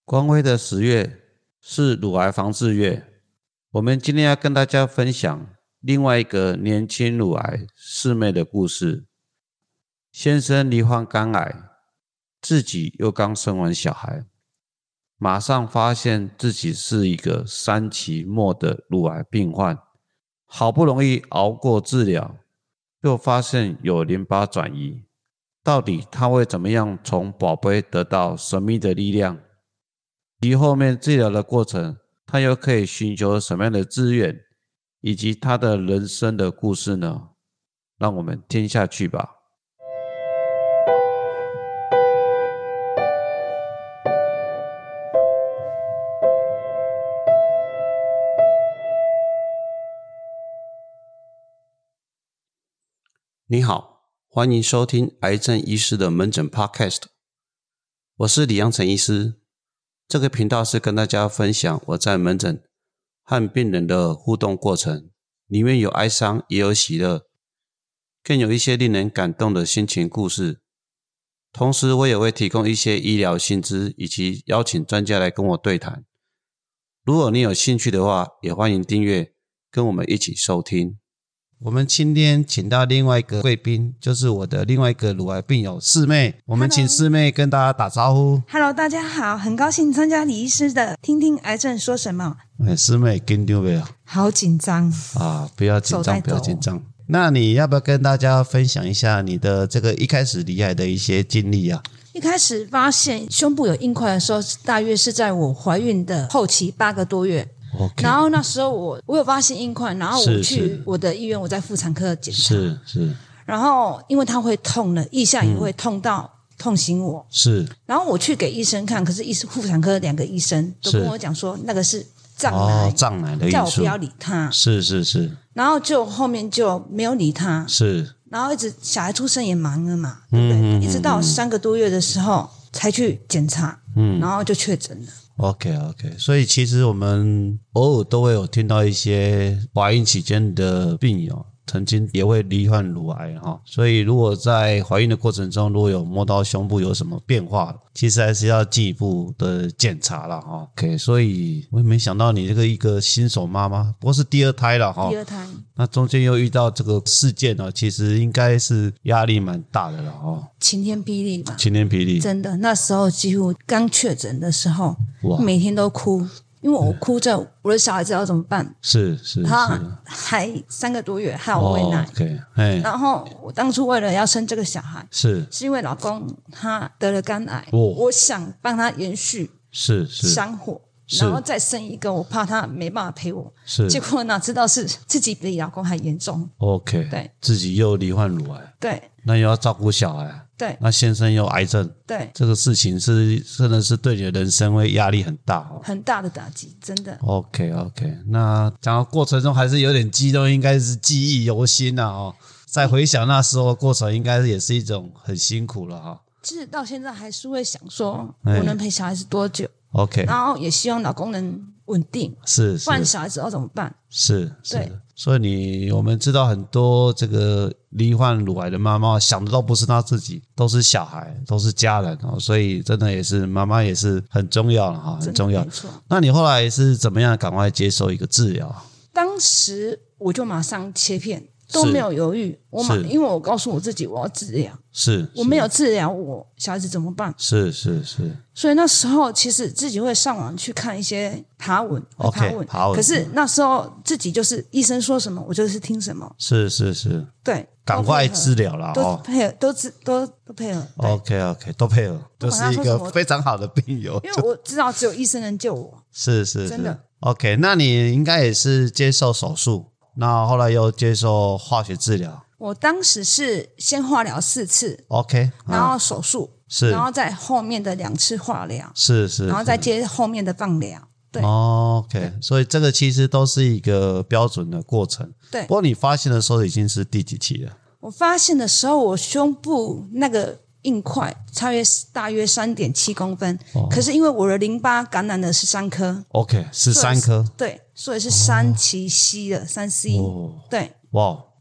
光辉的10月是乳癌防治月，我们今天要跟大家分享另外一个年轻乳癌四妹的故事。先生罹患肝癌，自己又刚生完小孩，马上发现自己是一个3期末的乳癌病患，好不容易熬过治疗，又发现有淋巴转移。到底他会怎么样从宝贝得到神秘的力量？以及后面治疗的过程，他又可以寻求什么样的资源，以及他的人生的故事呢？让我们听下去吧。你好，欢迎收听癌症医师的门诊 Podcast， 我是李阳成医师。这个频道是跟大家分享我在门诊和病人的互动过程，里面有哀伤也有喜乐，更有一些令人感动的心情故事。同时我也会提供一些医疗新知，以及邀请专家来跟我对谈。如果你有兴趣的话，也欢迎订阅，跟我们一起收听。我们今天请到另外一个贵宾，就是我的另外一个乳癌病友四妹，我们请四妹跟大家打招呼。 Hello， 大家好，很高兴参加李医师的听听癌症说什么。 四妹紧张没有？ 好紧张啊！不要紧张，不要紧张。那你要不要跟大家分享一下你的这个一开始罹癌的一些经历啊？ 一开始发现胸部有硬块的时候，大约是在我怀孕的后期8个多月。 Okay. 然后那时候我有发现硬块，然后我去我的医院，我在妇产科检查， 是。 然后因为它会痛的，腋下也会痛到痛醒我， 是。 然后我去给医生看，可是妇产科2个医生都跟我讲说那个是胀奶， 胀奶的因素， 叫我不要理他。 是。 然后就后面就没有理他， 是。 然后一直小孩出生也忙了嘛，对不对？一直到3个多月的时候才去检查，然后就确诊了。 OK， 所以其实我们偶尔都会有听到一些怀孕期间的病友曾经也会罹患乳癌哈，所以如果在怀孕的过程中，如果有摸到胸部有什么变化，其实还是要进一步的检查啦哈。OK， 所以我也没想到你这个一个新手妈妈，不过是第2胎了哈。 第2胎， 那中间又遇到这个事件呢，其实应该是压力蛮大的了哈。 晴天霹雳吧， 晴天霹雳，真的，那时候几乎刚确诊的时候，每天都哭。因为我哭着，我的小孩子要怎么办？ 是， 他还3个多月，还有喂奶。 Okay， 然后我当初为了要生这个小孩， 是因为老公他得了肝癌，我想帮他延续香火，然后再生一个，我怕他没办法陪我。结果哪知道是自己比老公还严重。 OK， 对， 自己又罹患乳癌， 对， 那又要照顾小孩。 对， 那先生有癌症， 对， 这个事情是真的是对你的人生会压力很大很大的打击，真的。 OK， 那讲到过程中还是有点激动，应该是记忆犹新啊再回想那时候的过程，应该也是一种很辛苦了哈。 其实到现在还是会想说，我能陪小孩子多久 ？OK， 然后也希望老公能稳定， 是， 不然小孩子要怎么办？ 是， 对。 所以我们知道很多这个罹患乳癌的妈妈想的都不是她自己，都是小孩，都是家人所以真的也是妈妈也是很重要了很重要。 没错。 那你后来是怎么样赶快接受一个治疗？ 当时我就马上切片，都没有犹豫，因为我告诉我自己我要治疗，我没有治疗我小孩子怎么办？ 是。 所以那时候其实自己会上网去看一些爬文，可是那时候自己就是医生说什么我就是听什么。 是。 对， 赶快治疗了都配合，都配合。 OK， 都配合，就是一个非常好的病友。 因为我知道只有医生能救我。 是真的。 OK， 那你应该也是接受手术，那后来又接受化学治疗。 我当时是先化疗4次 ，OK， 然后手术， 是， 然后再后面的2次化疗， 是， 然后再接后面的放疗。对 ，OK， 所以这个其实都是一个标准的过程。 对， 不过你发现的时候已经是第几期了？ 我发现的时候，我胸部那个硬块大约 3.7 公分，可是因为我的淋巴感染的是3颗 ，OK， 是3颗， 对，所以是3期 C 的3C，对， 哇。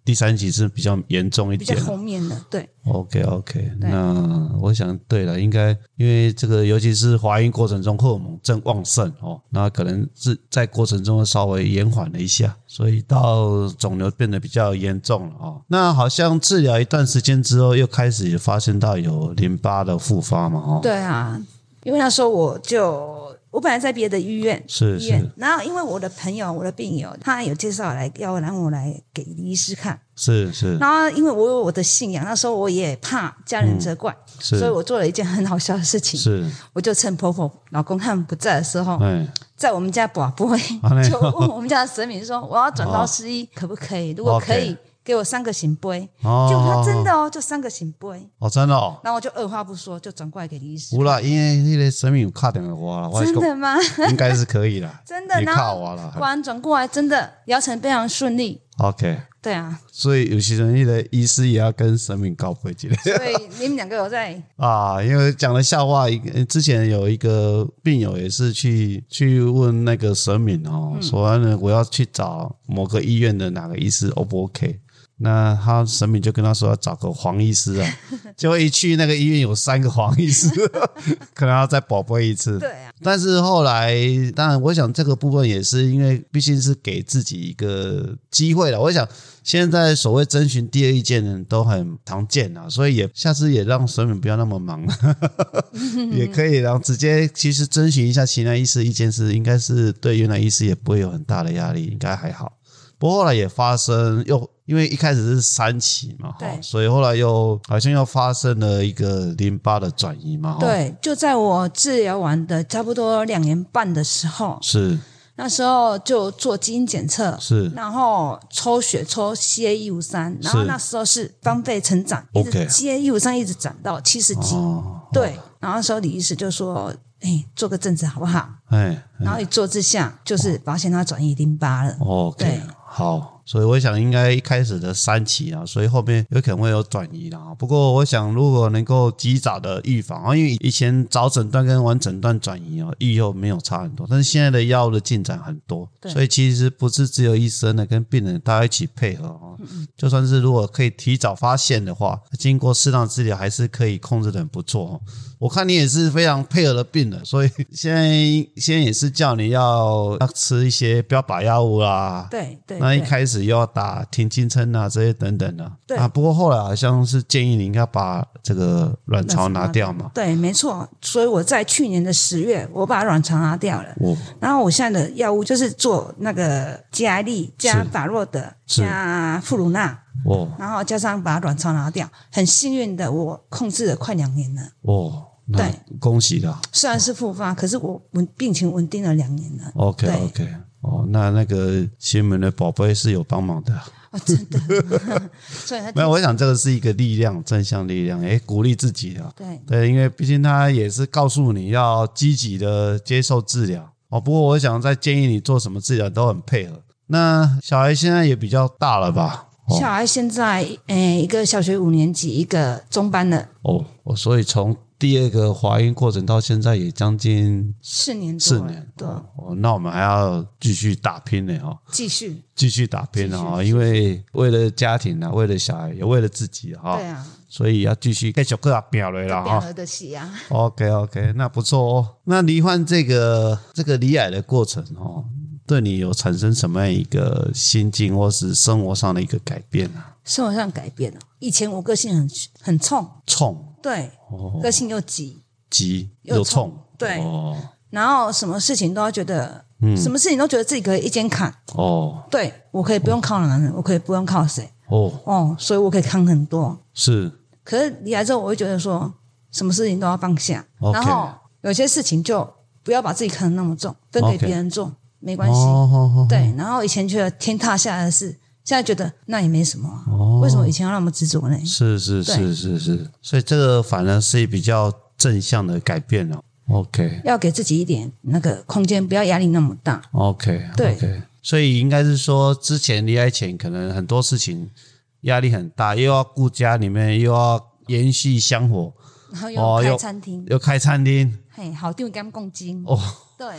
第3期是比较严重一点， 比较后面的，对。 OK， 那我想对了，应该因为这个尤其是怀孕过程中荷尔蒙正旺盛那可能是在过程中稍微延缓了一下，所以到肿瘤变得比较严重了那好像治疗一段时间之后，又开始发现到有淋巴的复发嘛对啊，因为那时候我本来在别的医院， 是， 然后因为我的朋友、我的病友，他有介绍要让我来给李医师看， 是， 然后因为我有我的信仰，那时候我也怕家人责怪，所以我做了一件很好笑的事情， 是， 我就趁婆婆、老公他们不在的时候，在我们家拔杯，就问我们家的神明说，我要转到西医可不可以？如果可以。给我3个醒杯，就他真的就3个醒杯真的然后我就二话不说就转过来给李医师。 有啦，因为那个神明有打电话我啦， 真的吗？ 应该是可以啦， 真的， 你卡我啦， 果然转过来真的疗程非常顺利。 OK， 对啊， 所以有些人那个医师也要跟神明告白之类。 所以你们2个有在因为讲了笑话，之前有一个病友也是去问那个神明说呢，我要去找某个医院的哪个医师 O 不 OK？那他神明就跟他说要找个黄医师结果一去那个医院有3个黄医师可能要再宝贝一次。 对啊， 但是后来当然我想这个部分也是因为毕竟是给自己一个机会了，我想现在所谓征询第2意见的人都很常见所以下次也让神明不要那么忙也可以让直接其实征询一下其他医师意见是应该是对原来医师也不会有很大的压力，应该还好。不过后来也发生因为一开始是3期嘛所以后来好像又发生了一个淋巴的转移嘛对，就在我治疗完的差不多2年半的时候， 是那时候就做基因检测， 是， 然后抽血抽 CA153， 然后那时候是翻倍成长，一直 CA153 一直涨到70几对，然后那时候李医师就说做个正诊好不好然后一做之下就是发现他转移淋巴了对，好，所以我想应该一开始的3期所以后面有可能会有转移啦。不过我想如果能够及早的预防因为以前早诊断跟晚诊断转移预后没有差很多，但是现在的药物的进展很多，所以其实不是只有医生跟病人大家一起配合就算是如果可以提早发现的话，经过适当治疗还是可以控制得很不错我看你也是非常配合的病人，所以现在也是叫你要吃一些标靶药物啦， 对， 那一开始又要打停经针这些等等的对不过后来好像是建议你应该把这个卵巢拿掉嘛。 对，没错，所以我在去年的10月我把卵巢拿掉了然后我现在的药物就是做那个吉艾利加法洛德加富鲁纳然后加上把卵巢拿掉，很幸运的我控制了快2年了对，恭喜啦！ 虽然是复发，可是我病情稳定了2年了。 OK， 那个新门的宝贝是有帮忙的真的所以没有，我想这个是一个力量，正向力量鼓励自己的对，因为毕竟他也是告诉你要积极的接受治疗不过我想在建议你做什么治疗都很配合。那小孩现在也比较大了吧？ 小孩现在一个小学5年级，一个中班了所以从第2个怀孕过程到现在也将近 4年多了对那我们还要继续打拼呢继续打拼因为为了家庭为了小孩也为了自己对啊， 所以要继续继续给他拼下来啦拼得起啊 OK， 那不错那罹患这个罹癌的过程对你有产生什么样一个心境或是生活上的一个改变生活上改变以前我个性很冲对个性又急又冲对然后什么事情都要觉得什么事情都觉得自己可以一肩扛对，我可以不用靠男人我可以不用靠谁所以我可以扛很多是， 可是离开之后我会觉得说什么事情都要放下然后有些事情就不要把自己扛得那么重，分给别人做没关系对，然后以前觉得天塌下来的事现在觉得那也没什么为什么以前要那么执着呢？ 是，所以这个反而是比较正向的改变OK， 要给自己一点那个空间，不要压力那么大 OK， 对所以应该是说之前离开前可能很多事情压力很大，又要顾家里面又要延续香火然后又开餐厅又开餐厅好丢干共金对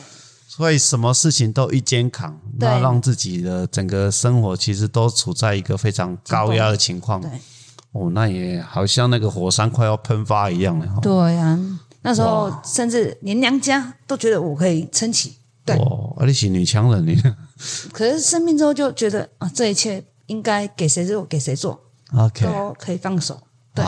所以什么事情都一肩扛，那让自己的整个生活其实都处在一个非常高压的情况。 对， 那也好像那个火山快要喷发一样了。 对啊，那时候甚至连娘家都觉得我可以撑起。对， 你是女强人你。 可是生病之后就觉得这一切应该给谁做给谁做 ，OK， 都可以放手。对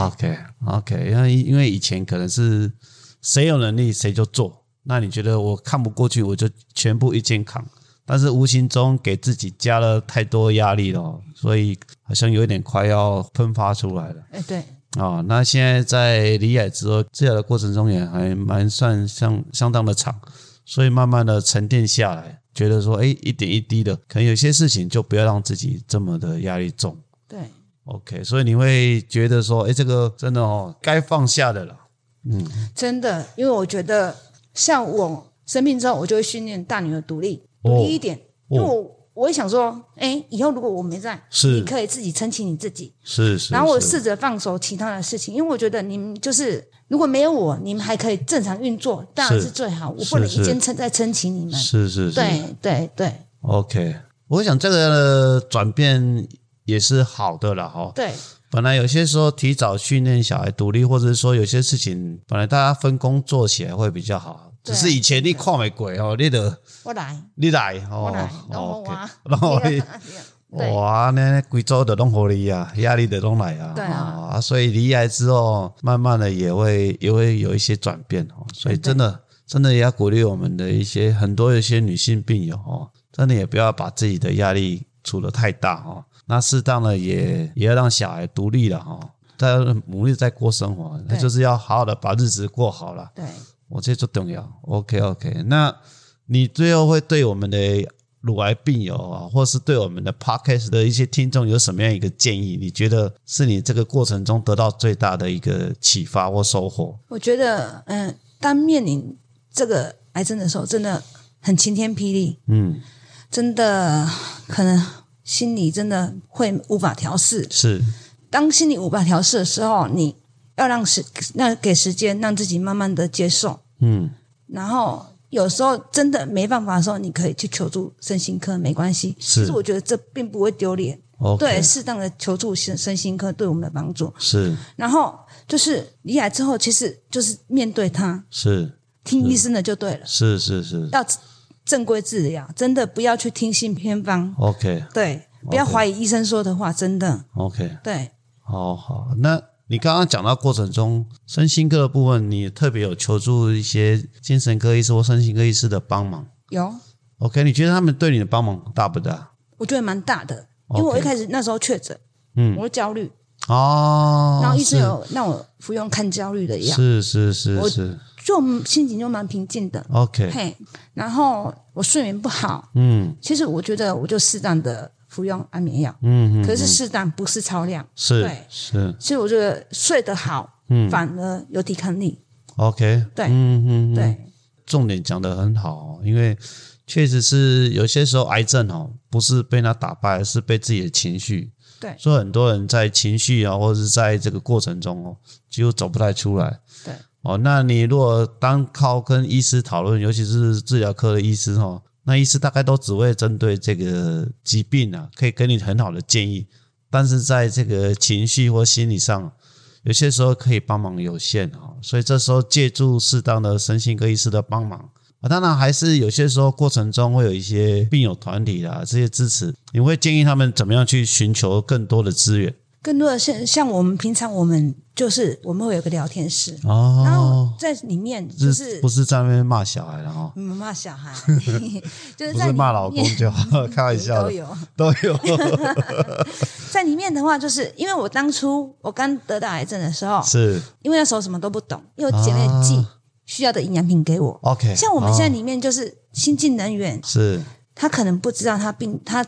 ，OK， 因为以前可能是谁有能力谁就做，那你觉得我看不过去，我就全部一肩扛，但是无形中给自己加了太多压力了，所以好像有点快要喷发出来了。 对。 那现在在离癌之后治疗的过程中也还蛮算相当的长，所以慢慢的沉淀下来，觉得说一点一滴的，可能有些事情就不要让自己这么的压力重。 对。 OK， 所以你会觉得说，这个真的该放下的了。 真的，因为我觉得像我生病之后，我就会训练大女儿独立一点，因为我会想说，以后如果我没在，你可以自己撑起你自己。 是。 然后我试着放手其他的事情，因为我觉得你们就是如果没有我，你们还可以正常运作，当然是最好。我不能一肩再撑起你们。是。对。 OK， 我想这个转变也是好的了哈。 对。 本来有些时候提早训练小孩独立，或者是说有些事情本来大家分工做起来会比较好，只是以前你看不过你就我来我来然后哇，那规组就拢给你啊，压力就拢来啊。 对啊， 所以离癌之后，慢慢的也会有一些转变所以真的也要鼓励我们的很多一些女性病友真的也不要把自己的压力处得太大那适当的也要让小孩独立了在努力在过生活，那就是要好好的把日子过好了。 对， 我这最重要。OK， 那你最后会对我们的乳癌病友或是对我们的 Podcast 的一些听众有什么样一个建议？你觉得是你这个过程中得到最大的一个启发或收获？ 我觉得，当面临这个癌症的时候，真的很晴天霹雳。真的可能心里真的会无法调试。 是， 当心里无法调试的时候，你要给时间让自己慢慢的接受。然后有时候真的没办法的时候，你可以去求助身心科，没关系。其实我觉得这并不会丢脸。对，适当的求助身心科对我们的帮助。 是。 然后就是离癌之后，其实就是面对它。 是。 听医生的就对了。是。要正规治疗，真的不要去听信偏方。 OK。 对，不要怀疑医生说的话，真的。 OK。 对。 好，那你刚刚讲到过程中身心科的部分，你特别有求助一些精神科医师或身心科医师的帮忙？ 有。 OK， 你觉得他们对你的帮忙大不大？ 我觉得蛮大的，因为我一开始那时候确诊，我会焦虑然后医生有让我服用抗焦虑的药， 是， 我就心情就蛮平静的。 OK， 然后我睡眠不好，其实我觉得我就适当的服用安眠药，可是适当不是超量， 是， 其实我觉得睡得好，反而有抵抗力。 OK， 对，对， 重点讲得很好，因为确实是有些时候癌症不是被它打败，而是被自己的情绪。 对， 所以很多人在情绪或者是在这个过程中几乎走不太出来。 对， 那你如果靠跟医师讨论，尤其是治疗科的医师那医师大概都只会针对这个疾病可以给你很好的建议，但是在这个情绪或心理上，有些时候可以帮忙有限所以这时候借助适当的身心科医师的帮忙。当然还是有些时候过程中会有一些病友团体啦，这些支持，你会建议他们怎么样去寻求更多的资源？ 更多的像我们平常我们会有个聊天室然后在里面就是不是在那边骂小孩了骂小孩就是不是骂老公就好，开玩笑都有在里面的话，就是因为我当初我刚得到癌症的时候，是因为那时候什么都不懂，因为我姐妹寄需要的营养品给我。 OK， 像我们现在里面就是新进人员， 是他可能不知道他怎么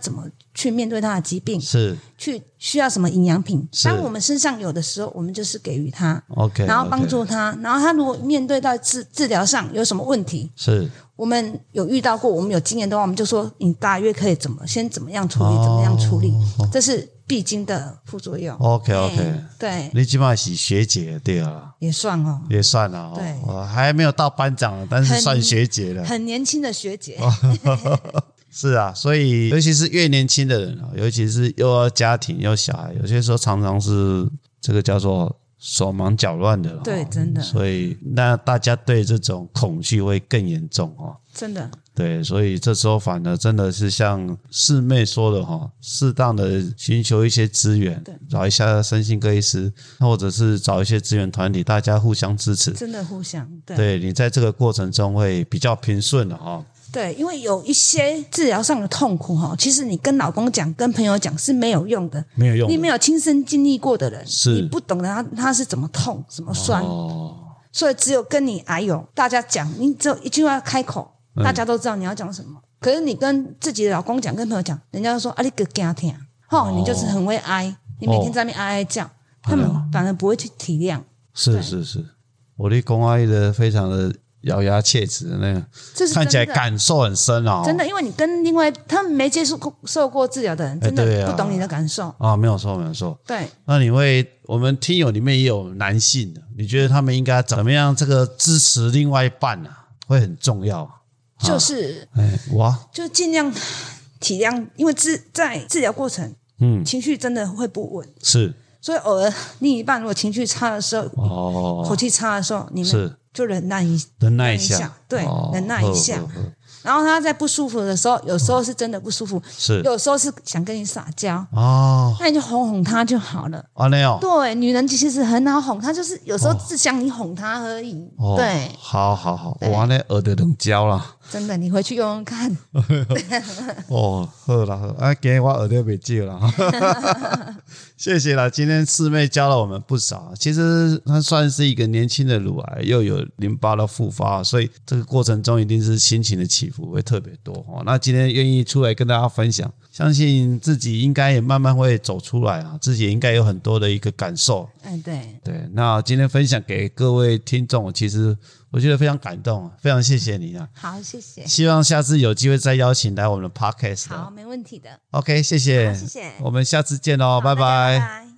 去面对他的疾病， 是去需要什么营养品，当我们身上有的时候，我们就是给予他 ，OK， 然后帮助他，然后他如果面对到治疗上有什么问题， 是我们有遇到过，我们有经验的话，我们就说你大约可以怎么样处理，怎么样处理，这是必经的副作用。 OK， 对， 你基本上是学姐对啊， 也算哦， 也算了， 对， 还没有到班长，但是算学姐了， 很年轻的学姐。 是啊，所以尤其是越年轻的人，尤其是又要家庭又小孩，有些时候常常是这个叫做手忙脚乱的， 对，真的。 所以那大家对这种恐惧会更严重哦， 真的。 对，所以这时候反而真的是像四妹说的哈，适当的寻求一些资源，找一下身心科医师，或者是找一些资源团体，大家互相支持， 真的互相。 对，你在这个过程中会比较平顺的哈。 对，因为有一些治疗上的痛苦哈，其实你跟老公讲、跟朋友讲是没有用的， 没有用的。 你没有亲身经历过的人， 是你不懂得他是怎么痛、怎么酸。所以只有跟你大家讲，你只有一句话开口，大家都知道你要讲什么。可是你跟自己的老公讲、跟朋友讲，人家就说啊，你个惊听，你就是很会哀，你每天在那边哀哀叫，他们反而不会去体谅。 是，我的公阿姨的非常的咬牙切齿的那个，看起来感受很深啊， 真的，因为你跟另外他们没受过治疗的人，真的不懂你的感受啊，没有错。 对， 那我们听友里面也有男性的，你觉得他们应该怎么样这个支持另外一半啊，会很重要啊？ 就是就尽量体谅，因为在治疗过程，情绪真的会不稳， 是， 所以偶尔另一半如果情绪差的时候，口气差的时候，你们就忍耐一下，对，忍耐一下。然后他在不舒服的时候，有时候是真的不舒服，有时候是想跟你撒娇那你就哄他就好了。对，女人其实很好哄，她就是有时候只想你哄她而已。对， 好，我那耳朵能教了， 真的，你回去用用看。 好啦，今天我耳朵被救了。谢谢啦，今天四妹教了我们不少。其实她算是一个年轻的乳癌，又有淋巴的复发，所以这个过程中一定是心情的起伏会特别多。那今天愿意出来跟大家分享，相信自己应该也慢慢会走出来啊，自己也应该有很多的一个感受。 对， 那今天分享给各位听众，其实我觉得非常感动，非常谢谢你啊。 好，谢谢。 希望下次有机会再邀请来我们的 podcast。 好，没问题的。 OK， 谢谢， 谢谢， 我们下次见喽，拜拜。